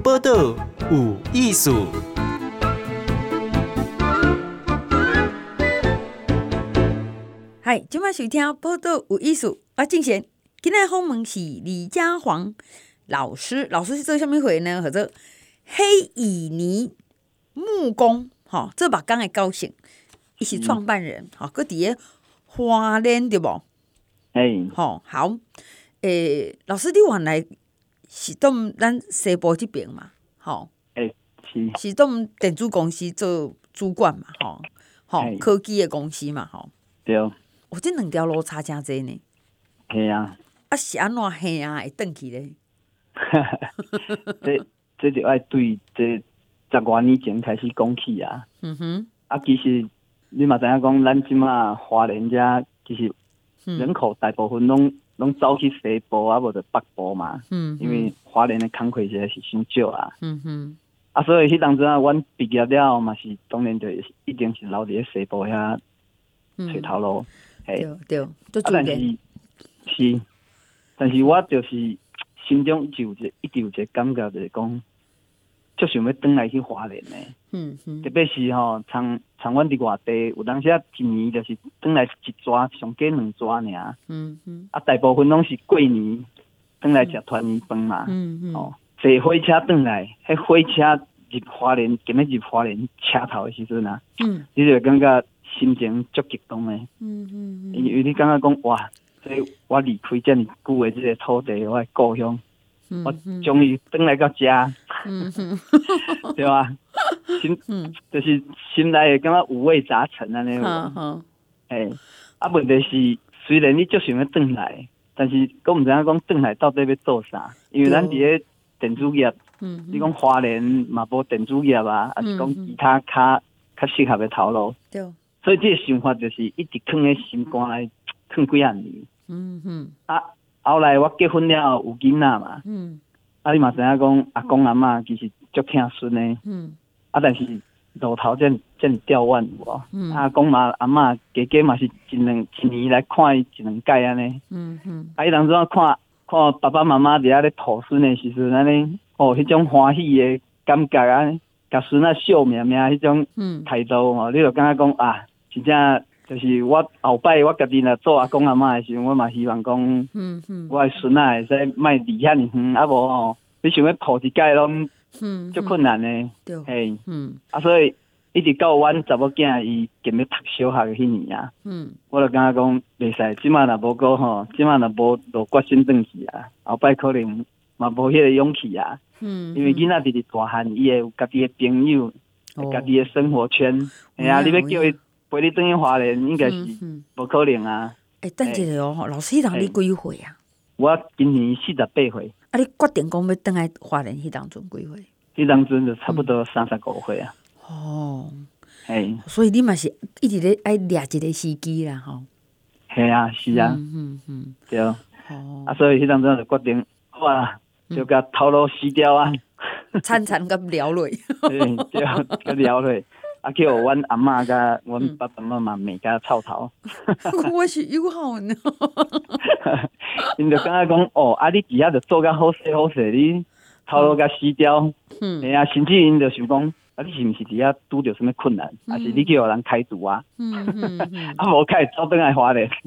报道有艺术。 嗨，今晚收听报道有艺术，我敬贤。今天访问是李家煌老师，老师是做什么会呢？叫做黑乙尼木工，这把刚的高兴，伊是创办人，佮伫个花莲对无？好，老师你原来是踮咱西部这边嘛，是踮电子公司做主管嘛，科技的公司嘛， 对。 这两条路差真济呢。 系啊。 是安怎嘿啊会转去咧？ 这就要对这10多年前开始讲起啊。其实你嘛知影讲，咱即马花莲遮其实人口大部分拢走去西部啊，无就北部嘛。因为花莲的工课实在是伤少啊。所以迄当阵啊，阮毕业了后嘛是当然就一定是留伫咧西部遐找头路。 对， 但是我就是心中一直有一个感觉，就是讲，足想要转来去花莲的。特别是像阮伫外地，有当时啊一年就是转来一抓，上加2抓尔。大部分拢是过年转来食团圆饭嘛。坐火车转来，迄火车入花莲，今日入花莲车头的时阵啊，你就感觉心情足激动的。因为你感觉讲哇，所以我离开这么久的这个土地，我的故乡，我终于转来到家，对吧？就是心内会感觉五味杂陈安尼。问题是，虽然你足想要转来，但是我唔知影讲转来到底要做啥，因为咱伫咧电子业，你讲花莲嘛无电子业啊，还是讲其他较适合的头路。所以这个想法就是一直放在心肝内，放几啊年。后来我结婚了有囡仔嘛。你嘛知影讲阿公阿嬷其实足疼孙的。但是路头这么吊腕有无？阿公嘛阿嬷加嘛是一年来看伊1-2届安尼。伊当阵看爸爸妈妈伫遐咧抱孙的时阵安尼，迄种欢喜的感觉啊，甲孙仔笑绵绵迄种态度你就感觉讲啊，真正就是我后摆我家己若做阿公阿嬷的时候，我嘛希望讲，我的孙仔会使莫离遐尼远，啊无你想要抱一届拢足困难的。所以一直到阮查某囝伊今日读小学的迄年啊，我就感觉讲袂使，即马若无过即马若无就决心转去啊，后摆可能嘛无迄个勇气啊。因为囡仔直大汉，伊会有家己的朋友，家己的生活圈。你要叫伊陪你转去花莲，应该是无可能啊。 等一下老师，迄当你几岁啊？ 我今年48岁。 你决定讲要转来花莲，迄当阵几岁？ 迄当阵就差不多35岁啊。所以你嘛是一直咧爱抓一个时机啦， 是啊，是啊。对。所以迄当阵就决定，好啊，就甲头路死掉啊。 惨甲了落。 对，甲了落。叫阮阿嬷甲阮爸爸妈妈每家臭头。 我是友好呢。 因就感觉讲你伫遐就做甲好势，你头路甲死掉。甚至因就想讲，你是毋是伫遐拄着什么困难，还是你去互人开除啊？无开走转来花莲。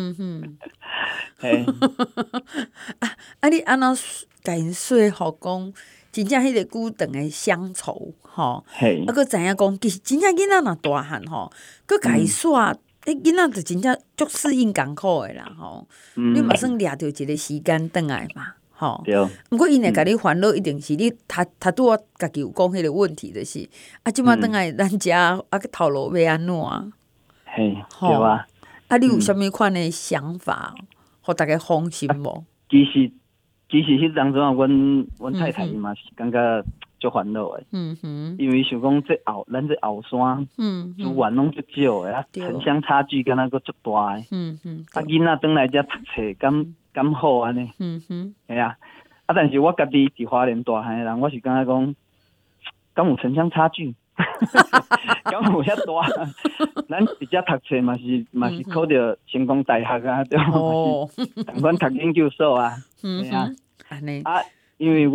你安怎甲因说互讲？真正迄个久长的乡愁，佮知影讲，其实真正囡仔若大汉佮甲伊煞，囡仔就真正足适应艰苦的啦，你嘛算掠着一个时间转来嘛，毋过因会甲你烦恼，一定是你拄我家己有讲迄个问题，就是即摆转来咱遮个头路要安怎？ 对啊。 你有啥物款的想法，互大家放心无？ 其实迄当阵阮太太伊嘛是感觉足烦恼的。因为想讲咱这后山，资源拢足少的，城乡差距敢若佫足大的。囡仔转来遮读册，敢好安尼？但是我家己伫花莲大汉的人，我是感觉讲，敢有城乡差距？敢有遐大？咱伫遮读册嘛是考着成功大学啊，对。同款读研究所啊。因为阮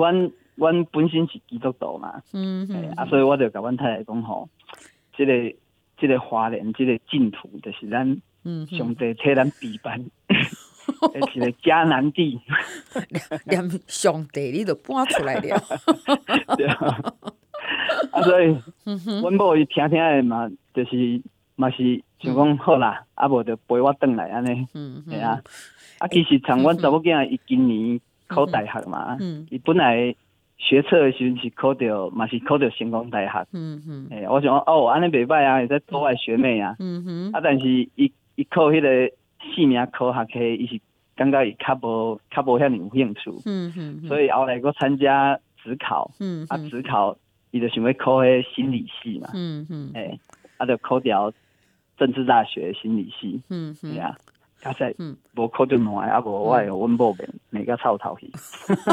阮本身是基督徒嘛，所以我就甲阮太太讲吼，这个华人这个净土，就是咱上帝替咱备办的一个迦南地。 连上帝你都搬出来了。 对啊，所以阮某伊听的嘛，就是嘛是想讲好啦，无就陪我转来安尼，系啊。其实像阮查某囝，伊今年考大学嘛，伊本来学测的时阵是考到，嘛是考到成功大学。我想安尼袂歹啊，会使多我学妹啊。但是伊考迄个4名考学科，伊是感觉伊较无遐尼有兴趣。所以后来佫参加指考，指考伊就想要考迄心理系嘛。就考掉政治大学心理系。系啊。较赛无考到烂，无我阮某袂甲臭头去。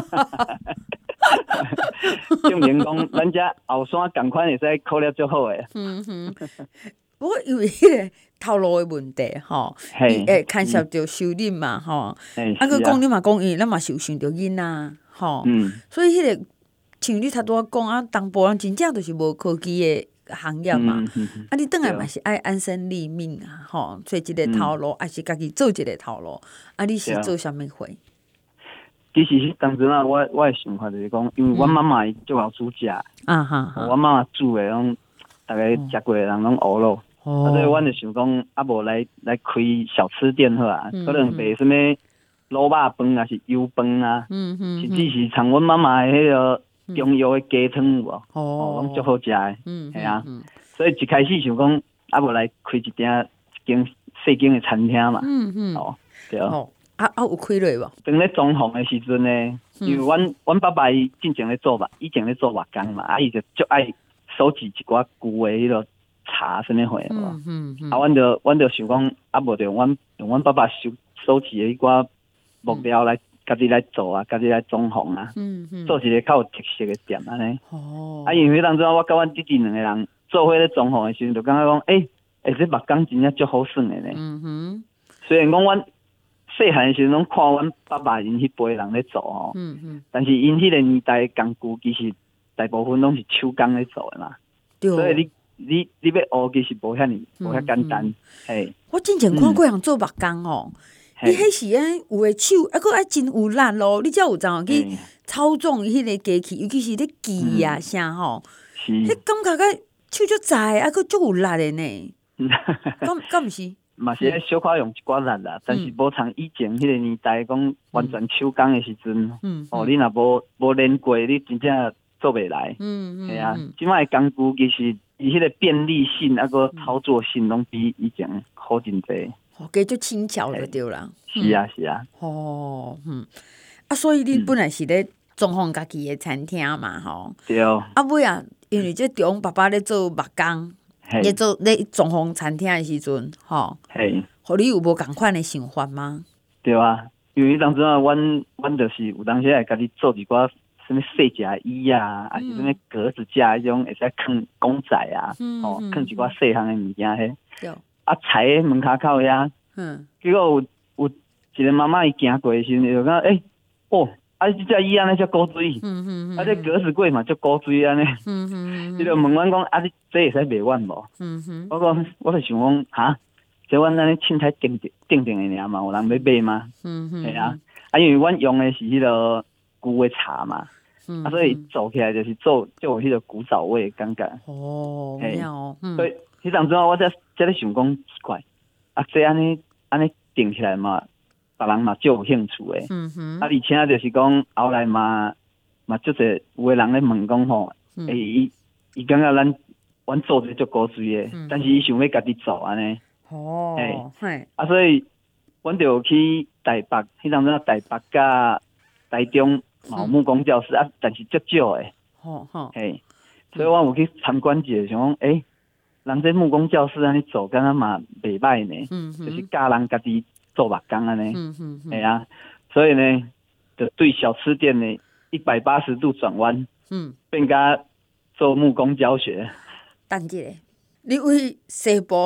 证明讲，咱遮后山同款会使考了足好诶。 不过因为迄个头路诶问题吼，伊会牵涉着收入嘛吼。佮讲你嘛讲，因为咱嘛是有想着囡仔吼，所以迄个像你头拄仔讲东部人真正就是无科技诶行业嘛。你转来嘛是爱安身立命啊吼，做一个头路，还是家己做一个头路。你是做啥物货？ 其实当时我的想法就是讲，因为阮妈妈伊足好煮食，阮妈妈煮的拢大概食过的人拢学咯。所以阮就想讲，无来开小吃店好啊，可能卖什么卤肉饭啊，是油饭啊，甚至是像阮妈妈的迄个中药的鸡汤有无？拢足好食的，系啊。所以一开始想讲，无来开一间细间的餐厅嘛。对。 有开落无？ 当咧装潢的时阵呢，因为阮爸爸伊以前咧做木工嘛，伊就足爱收集一寡旧的迄个茶什么货无。阮就想讲，无就用阮爸爸收集的迄寡木料来家己来做啊，家己来装潢啊，做一个较有特色的店安尼。因为迄当阵我甲阮弟弟两个人做伙咧装潢的时阵，就感觉讲，这木工真正足好耍的呢。虽然讲阮细汉的时阵，拢看阮爸爸因迄辈人咧做吼，但是因迄个年代的工具，其实大部分拢是手工咧做的嘛，所以你要学，其实无遐简单。 我之前看过人做木工哦，伊迄时有诶手，佫爱真有力咯，你才有怎去操纵迄个机器，尤其是咧锯啊啥吼，迄感觉个手足在，佫足有力的呢。敢毋是？ 嘛是咧小可用一寡力啦，但是无像以前迄个年代讲完全手工的时阵，你若无练过，你真正做袂来。系啊，即摆的工具其实伊迄个便利性佫操作性拢比以前好真侪。 加足轻巧就对啦。 是啊。 所以你本来是咧装潢家己的餐厅嘛吼。 对。 尾因为这中爸爸咧做木工。咧做咧装潢餐厅的时阵，互你有无共款的想法吗？ 对啊，因为当时阮就是有当时会家己做一寡什么细只椅啊，还是什么格子架迄种，会使放公仔啊，放一寡细项的物件迄。菜喺门口口遐，结果有一个妈妈伊行过的时阵，就讲这只椅安尼足古锥，这格子柜嘛足古锥安尼，伊就问阮讲你这会使卖阮无？我讲我就想讲这阮安尼凊彩定的尔嘛，有人要买吗？系啊，因为阮用的是迄个旧的茶嘛，所以做起来就是就有迄个古早味的感觉。 妙。 所以迄当阵我才咧想讲奇怪，这安尼定起来嘛。别人嘛足有兴趣诶，而且就是讲后来嘛足侪有诶人咧问讲吼，伊感觉阮做者足古锥诶，但是伊想要家己做安尼。所以阮就去台北，迄当阵台北甲台中有木工教室但是足少诶。所以我有去参观者，想讲人这木工教室安尼做，敢若嘛袂歹呢，就是教人家己做木工安尼，系啊，所以呢，就对小吃店呢180度转弯，变甲做木工教学。 等一下，你为西部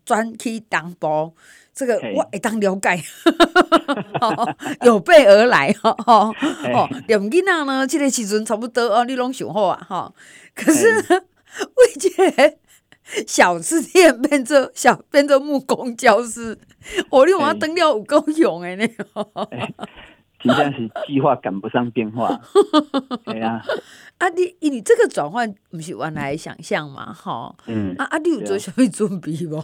转去当部，这个我会当了解，有备而来连囡仔呢，这个时阵差不多你拢想好啊可是呢，为这个小吃店变做木工教师，你我等了有够用的呢。 真正是计划赶不上变化。对啊。 你这个转换不是原来的想象嘛？你有做什么准备无？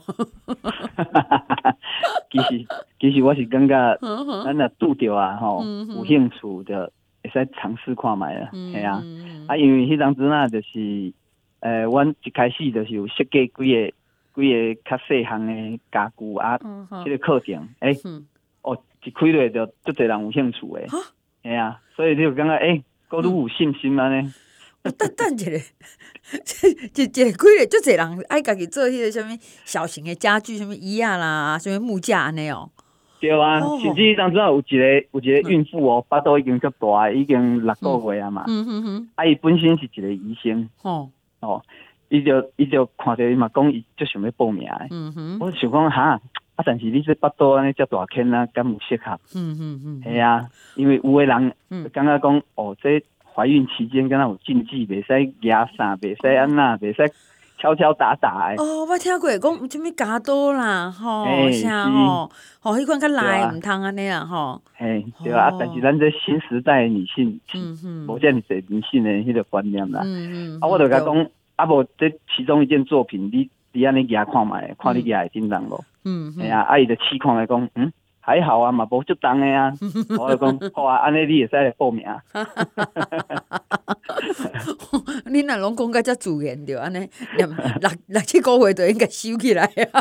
其实我是感觉，咱若拄着啊有兴趣就会使尝试看卖啦。系啊，因为迄当阵啊，就是阮一开始就是有设计几个较细项的家具这个课程，一开落就足侪人有兴趣的，系啊，所以你就感觉佫愈有信心安尼。 等一个，一个开咧，足侪人爱家己做迄个什么小型的家具，什么椅啊啦，什么木架安尼哦。 对啊，甚至当阵有一个孕妇巴肚已经足大，已经6个月啊嘛。伊本身是一个医生。伊就看到伊嘛讲，伊足想要报名的。我想讲哈。但是你这巴肚安尼遮大坑啊，敢有适合？系啊，因为有的人感觉讲这怀孕期间敢若有禁忌，袂使压啥，袂使安那，袂使敲敲打打的。 我听过讲有啥物加刀啦，啥迄款较赖毋通安尼啦， 对啊。但是咱这新时代的女性，无遮尔侪迷信的迄个观念啦。我就甲讲，无这其中一件作品，你安尼压看卖，看你压会叮当无？哎呀，伊就试看来讲，还好啊，嘛无足重的啊。我就讲好啊，安尼你会使来报名。 你若拢讲甲遮自然着安尼，6、7个月就应该收起来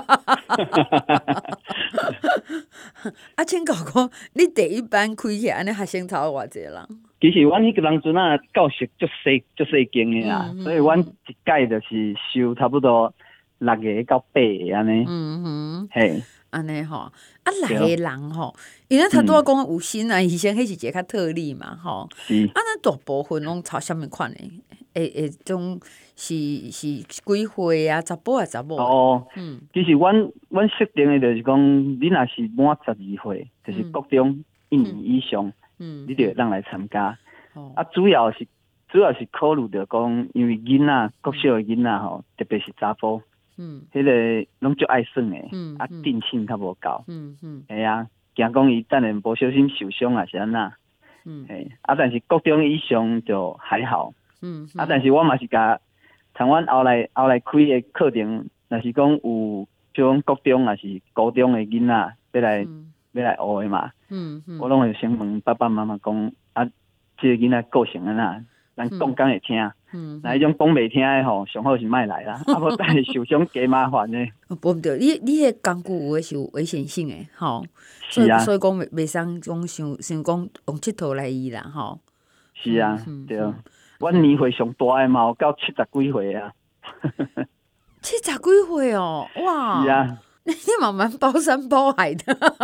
请教讲，你第一班开起安尼学生操偌济人？ 其实阮迄个当阵啊，教室足细间的啦，所以阮一届就是收差不多6个到8个安尼。嘿。 安尼来的人因为他拄仔讲有心啊，以前迄是一个较特例嘛咱大部分拢抄什么款的？种是几岁啊？查甫啊，查某？ 其实阮设定的就是讲，你若是满12岁，就是国中1年以上，你就会当来参加。主要是考虑着讲，因为囡仔国小的囡仔特别是查甫。迄个拢足爱耍诶，定性较无够，系啊，惊讲伊等下无小心受伤啊是安那，但是国中以上就还好，但是我嘛是甲像阮后来开诶课程，若是讲有就讲国中也是高中诶囡仔要来学诶嘛，我拢会先问爸爸妈妈讲这个囡仔个性安那。咱讲会听，那迄种讲袂听的上好是莫来啦，无等下受伤加麻烦呢。 无对，你迄工具有诶是有危险性诶，所以讲袂使讲想讲用佚佗来医啦， 是啊，对。阮年岁上大诶嘛有到70几岁啊。 70几岁哇！ 是啊。 你嘛蛮包山包海的。开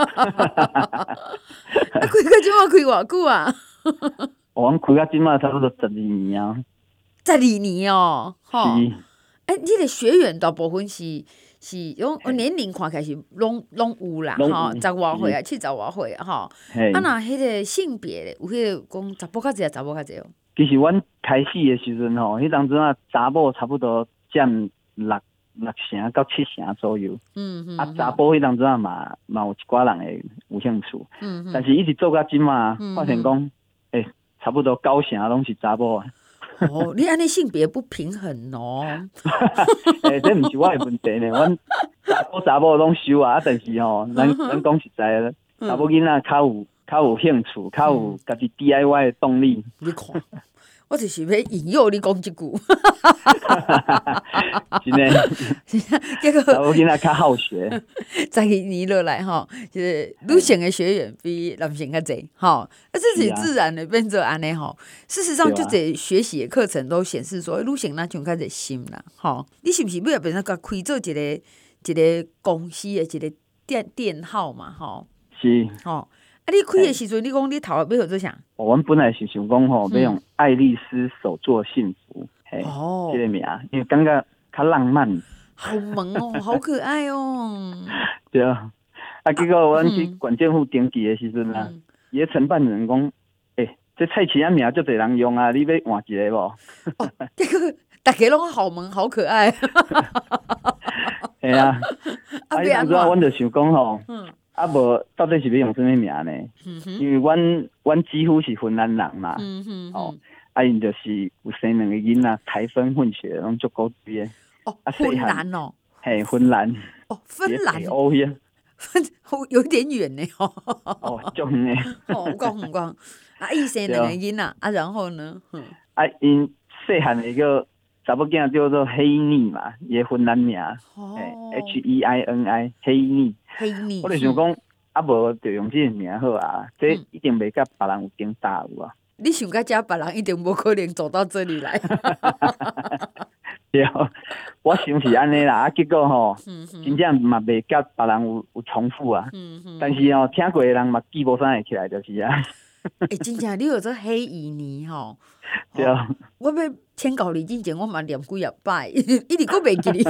个即马开偌久啊？ 阮开到今嘛差不多12年啊。 12年哦，你的学员大部分是用年龄看起来是拢有啦，10外岁啊，70外岁啊，那迄个性别咧，有迄个讲查甫较济，查某较济哦。 其实阮开始的时阵迄当阵查某差不多占6成到7成左右。查甫迄当阵嘛有一寡人会有兴趣。但是一直做到今嘛，发现讲差不多9成拢是查某啊。 你安尼性别不平衡哦。 这毋是我的问题呢，阮查某拢收啊，但是咱讲实在的，查某囡仔较有兴趣，较有家己 DIY 的动力。 你看，我就是要引诱你讲一句。 真的， 结果查某囡仔较好学。 12年落来就是女性的学员比男性较济这是自然的变做安尼事实上，就这学习的课程都显示说，女性那像较济心啦你是不是要变成甲开做一个公司的一个店号嘛是你开的时阵，你讲你头要做啥？ 阮本来是想讲要用爱丽丝手作幸福这个名，因为感觉较浪漫。 好萌哦，好可爱哦。 对啊，结果阮去县政府登记的时阵啊，伊个承办人讲，这菜市仔名足侪人用啊，你要换一个无？ 哦，这个大家拢好萌，好可爱。 系啊，伊当时阮就想讲吼，无到底是要用什么名呢？因为阮几乎是芬兰人嘛，因就是有生2个囡仔，台芬混血，拢足古锥的。 哦，芬兰哦， 嘿，芬兰。 哦，芬兰。 北欧呀， 有点远呢。 哦，足远的。 哦，有够远。啊，伊生2个囡仔，然后呢？ 因细汉的个查某囝叫做黑妮嘛，伊个芬兰名，HEINI， 黑妮。黑妮。我就想讲，无就用这个名好啊，这一定袂甲别人有顶大有啊。 你想甲遮别人一定无可能走到这里来。 对，我想是安尼啦，结果吼，真正嘛袂甲别人有重复啊。但是吼，听过的人嘛记无啥会起来，就是啊。 真正你有做黑姨尼吼。 对啊。 我要迁到你之前，我嘛念几啊摆，一直搁袂记哩。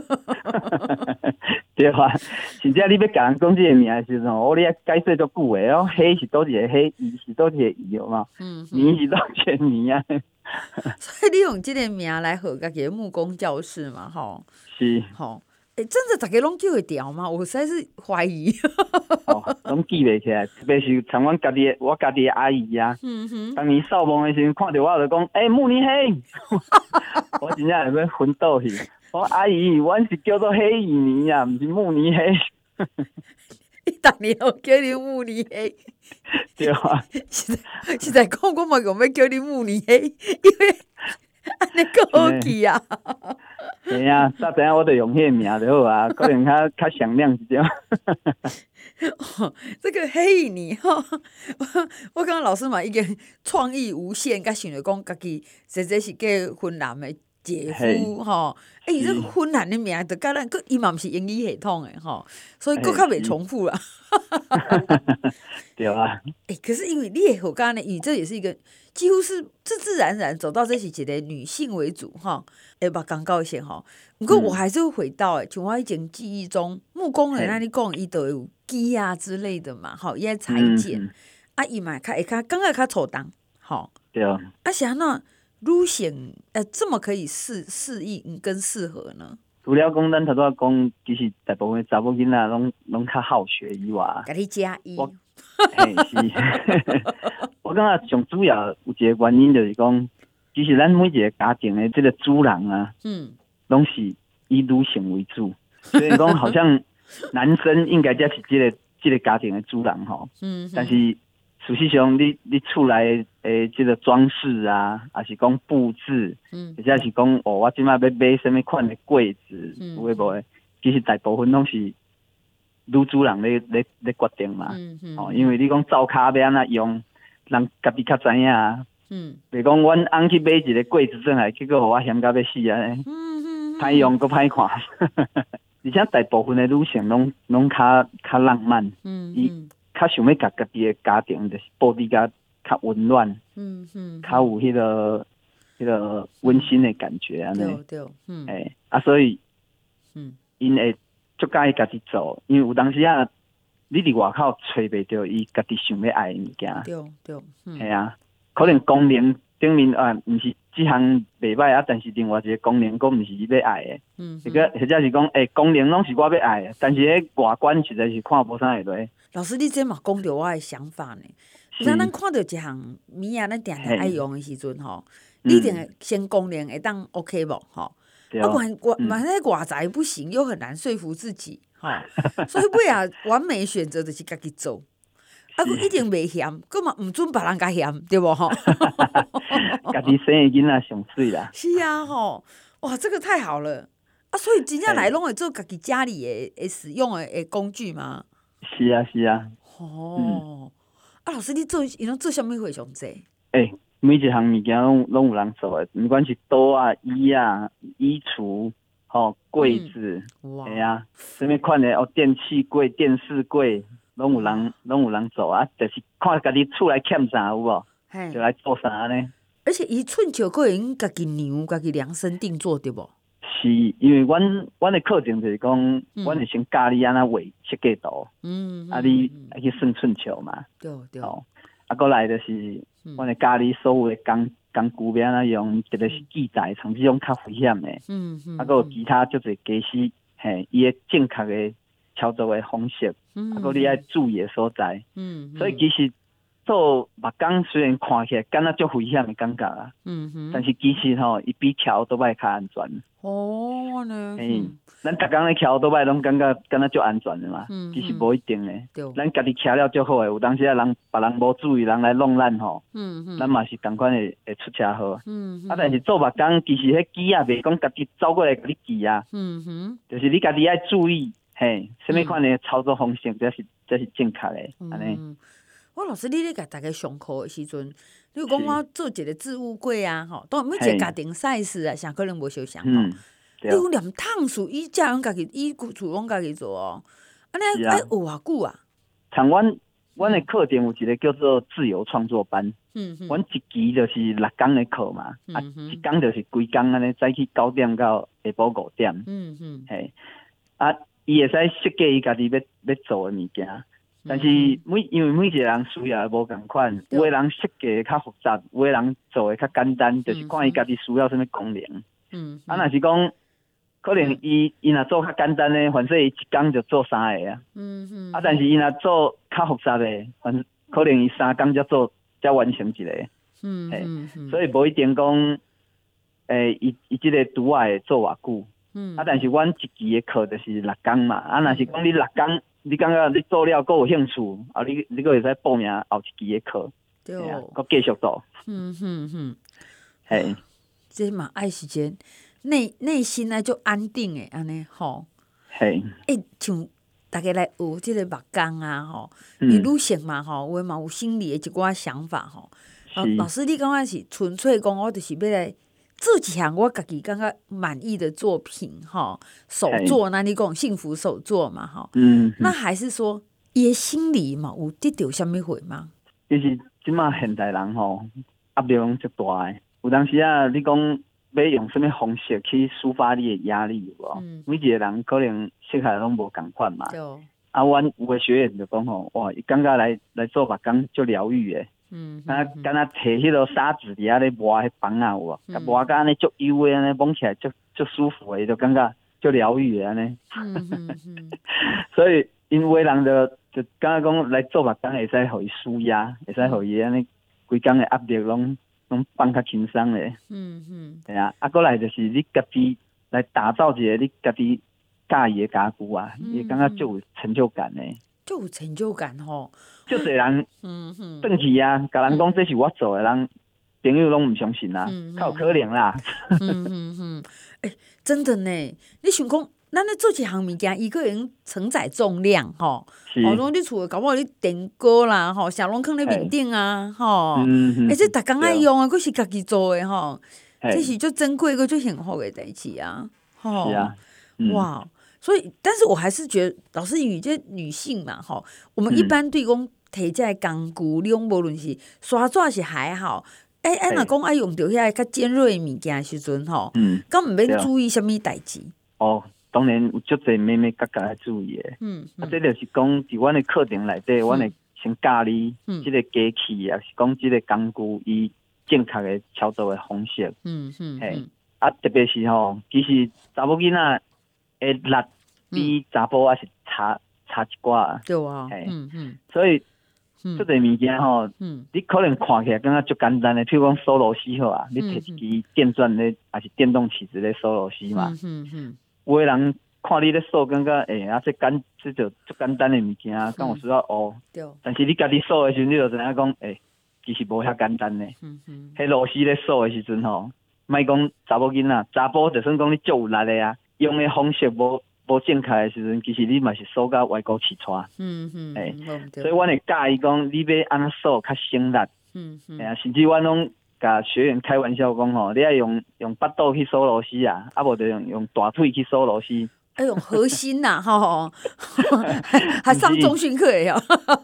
对啊，真正你要甲人讲这个名的时阵，你要解释足久的哦。黑是倒一个黑，姨是倒一个姨，有嘛？泥是倒一个泥啊。 所以你用这个名来号家己的木工教室嘛，吼。 是。 吼，真的大家拢叫会调吗？我实在是怀疑。 拢记袂起来，特别是像我家己的阿姨啊。当年扫墓的时候，看到我就讲，慕尼黑。我真正会要昏倒去。我阿姨，阮是叫做黑姨尼啊，毋是慕尼黑。 你当年我叫你慕尼黑。 对啊。 实在讲，我嘛用要叫你慕尼黑，因为安尼够好记啊。 系啊，早知影我就用迄个名就好啊，可能较响亮一点。 这个黑姨尼吼，我刚刚老师嘛已经创意无限，甲想着讲家己实际是叫芬兰的姐夫吼。伊这芬兰的名就甲咱，伊嘛毋是英语系统的吼，所以佫较袂重复啦。 对啊。 可是因为你的口干呢，因为这也是一个几乎是自自然然走到这是一个女性为主哈，把广告线哈。不过我还是会回到像我以前记忆中，木工人那里讲伊都有机啊之类的嘛，好，伊裁剪伊嘛会较感觉较粗重，好。 对啊。 是安怎女性这么可以适应跟适合呢？ 除了讲咱头拄讲，其实大部分查某囡仔拢较好学以外， 甲你加一。 是。我感觉上主要有一个原因就是讲，其实咱每一个家庭的这个主人啊，拢是以女性为主，所以讲好像男生应该才是这个家庭的主人吼。但是事实上，你厝内的这个装饰啊，还是讲布置，或者是讲我即摆要买什么款的柜子，有诶无诶，其实大部分拢是女主人咧决定嘛。因为你讲灶骹要安怎用，人家己较知影啊。袂讲阮翁去买一个柜子转来，结果互我嫌到要死啊！歹用佫歹看，而且大部分的女性拢较浪漫，伊较想要甲家己的家庭就是布置甲较温暖，较有迄个温馨的感觉安尼。 对， 所以因会足介意家己做，因为有当时啊，你伫外口找袂到伊家己想要爱的物件。 对， 系啊，可能功能顶面毋是这项袂歹啊，但是另外一个功能佫毋是伊要爱的。或者是讲功能拢是我要爱的，但是迄外观实在是看无啥会落。 老师，你这嘛讲到我的想法呢。像咱看到一项物啊，咱定定爱用的时阵吼，你一定先功能会当 OK 无吼？不然外在不行，又很难说服自己哈。所以尾啊，完美选择就是家己做。佫一定袂嫌，佫嘛毋准别人甲嫌，对无吼？ 家己生的囡仔上水啦。 是啊吼，哇，这个太好了所以真正来拢会做家己家里的使用的工具吗？ 是啊。 老师，你拢做啥物会上济？ 每一项物件拢有人做的，不管是桌啊、椅啊、衣橱、柜子，什么款的电器柜、电视柜，拢有人做啊。就是看家己厝内欠啥有无，就来做啥呢？ 而且伊寸球个人家己量身定做，对不？ 是因为阮的课程就是讲，阮会先教你安怎画设计图，你去算寸球嘛， 对， 过来就是阮会教你所有的工具要安怎用，特别是记载，像这种较危险的，还有其他足侪假使伊的正确的操作的方式，还有你爱注意的所在，所以其实做目工虽然看起来敢若足危险的感觉啊，但是其实伊比骑奥多摆较安全。 哦呢， 咱逐工咧骑奥多摆拢感觉敢若足安全的嘛，其实无一定诶。咱家己骑了足好诶，有当时啊别人无注意，人来弄咱咱嘛是同款会出车祸。但是做目工其实迄机啊，袂讲家己走过来甲你记啊，就是你家己爱注意，什么款的操作方式才是正确的，安尼。 我老师，你咧甲大家上课的时阵，你有讲我做一个置物柜啊，当然每一个家庭 size 啊，啥可能无相像你有连烫树，伊家人家己，伊厝拢家己做哦，安尼爱学偌久啊？ 像阮的课程有一个叫做自由创作班，阮一期就是6天的课嘛，一天就是规天安尼，早起9点到下晡5点，伊会使设计伊家己要做的物件。但是因为每一个人需要无共款，有的人设计较复杂，有的人做的较简单，就是看伊家己需要什么功能。若是讲，可能伊若做较简单的，反正伊一天就做3个啊。但是伊若做较复杂的，可能伊3天才完成一个。所以无一定讲，伊即个图会做偌久。但是阮一期的课就是6天嘛。若是讲你6天。你感觉你做了够有兴趣，你个会使报名后一期的课，对啊，搁继续做。嘿， 这嘛爱时间，内心呢就安定诶，安尼吼。 嘿， 像大家来学这个目工啊，吼，你女性嘛，吼，有嘛有心里的一寡想法吼。老师，你感觉是纯粹讲，我就是要来做一项我家己感觉满意的作品哈，手作，那你讲幸福手作嘛哈，那还是说伊心里嘛有得到什么货吗？ 其实即马现代人吼压力拢足大诶，有当时啊，你讲要用什么方式去抒发你的压力有无？每一个人可能适合拢无共款嘛。阮有个学员就讲吼，哇，伊感觉来做目工足疗愈诶。敢若摕迄落砂纸伫遐咧磨迄房啊有无？甲磨甲安尼足幽诶，安尼摸起来足舒服诶，就感觉足疗愈诶安尼。所以因有诶人就感觉讲来做目工会使互伊舒压，会使互伊安尼规工诶压力拢放较轻松诶。对啊，过来就是你家己来打造一个你家己喜意诶家具啊，伊感觉足有成就感诶。 就有成就感吼， 足侪人，转去啊，甲人讲这是我做的，人朋友拢唔相信啦，较有可能啦。 真的呢，你想讲，咱咧做一项物件，伊个人承载重量吼，像你厝搞不好你电锅啦，吼，啥拢放咧面顶啊，吼，这逐工爱用啊，佫是家己做的吼，这是足珍贵佫足幸福的代志啊，吼， 是啊， 哇。所以，但是我还是觉得，老师与这女性嘛，吼，我们一般对讲摕这工具，你讲无论是刷纸是还好，若讲爱用到遐较尖锐的物件时阵吼，敢毋免注意什么代志？ 当然有足侪咩角要注意的。这就是讲伫阮的课程内底，阮会先教你即个机器，也是讲即个工具伊正确的操作的方式。特别是吼，其实查某囡仔的力比查甫也是差一寡。 对啊， 所以这个物件吼，你可能看起来感觉足简单的，譬如讲收螺丝好啊，你摕一支电钻咧，还是电动起子咧收螺丝嘛。有的人看你咧收，感觉这就足简单的物件，敢有需要学。但是你家己收的时阵，你就知影讲，其实无遐简单的。迄螺丝咧收的时阵吼，莫讲查某囡仔，查甫就算讲你足有力的啊，用的方式无正确的时阵，其实你嘛是锁到歪骨起穿。所以阮会教伊讲，你要安怎锁较省力。甚至阮拢甲学员开玩笑讲吼，你爱用巴肚去锁螺丝啊，无就用大腿去锁螺丝。 用核心呐，吼，还上中训课的哦。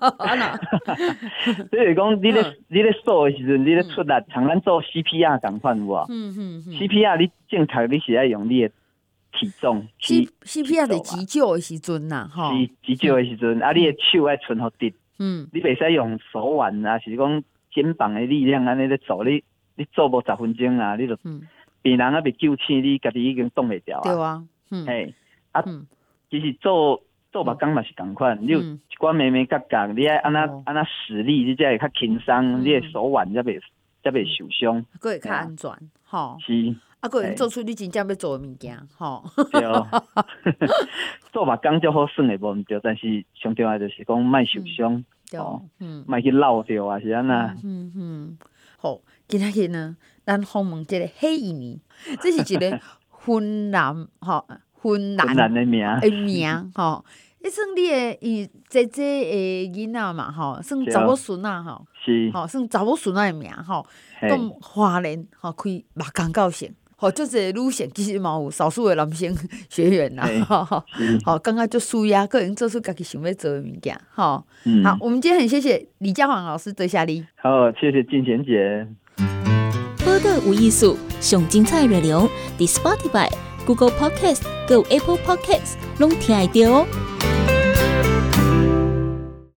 所以讲，你咧锁的时阵，你咧出力，像咱做 CPR 同款有无？CPR 你正确你是爱用你的体重 ，CPR 的急救的时阵呐，吼， 急救的时阵，你的手要伸好直，你袂使用手腕啊，是讲肩膀的力量安尼咧做，你做无10分钟啊，你就病人啊被救醒，你家己已经动袂掉啊。 对啊， 嘿，其实做目肛嘛是同款，你有一寡眉眉角角，你爱安那使力，你才会较轻松，你的手腕才袂受伤， 佫会较安全，吼。 是。 佫会做出你真正要做的物件，吼。 对，做目肛就好耍的无毋对，但是上重要就是讲莫受伤，莫去落掉啊，是安那。 好，今仔日呢，咱访问这个黑伊尼，这是一个芬兰，吼，芬兰的名， 吼。迄算你的伊姐姐的囡仔嘛，吼，算查某孙仔吼， 是， 吼，算查某孙仔的名吼，讲花莲吼开目肛教室。吼，就是女性其实嘛有少数的男性学员啦，好，刚刚就舒压，个人做出自己想要做的物件，好，我们今天很谢谢李家煌老师对下你， 好，谢谢静贤姐。 报道有艺术，上精彩内容，伫 Spotify、Google Podcast、Go Apple Podcast 拢听得到哦。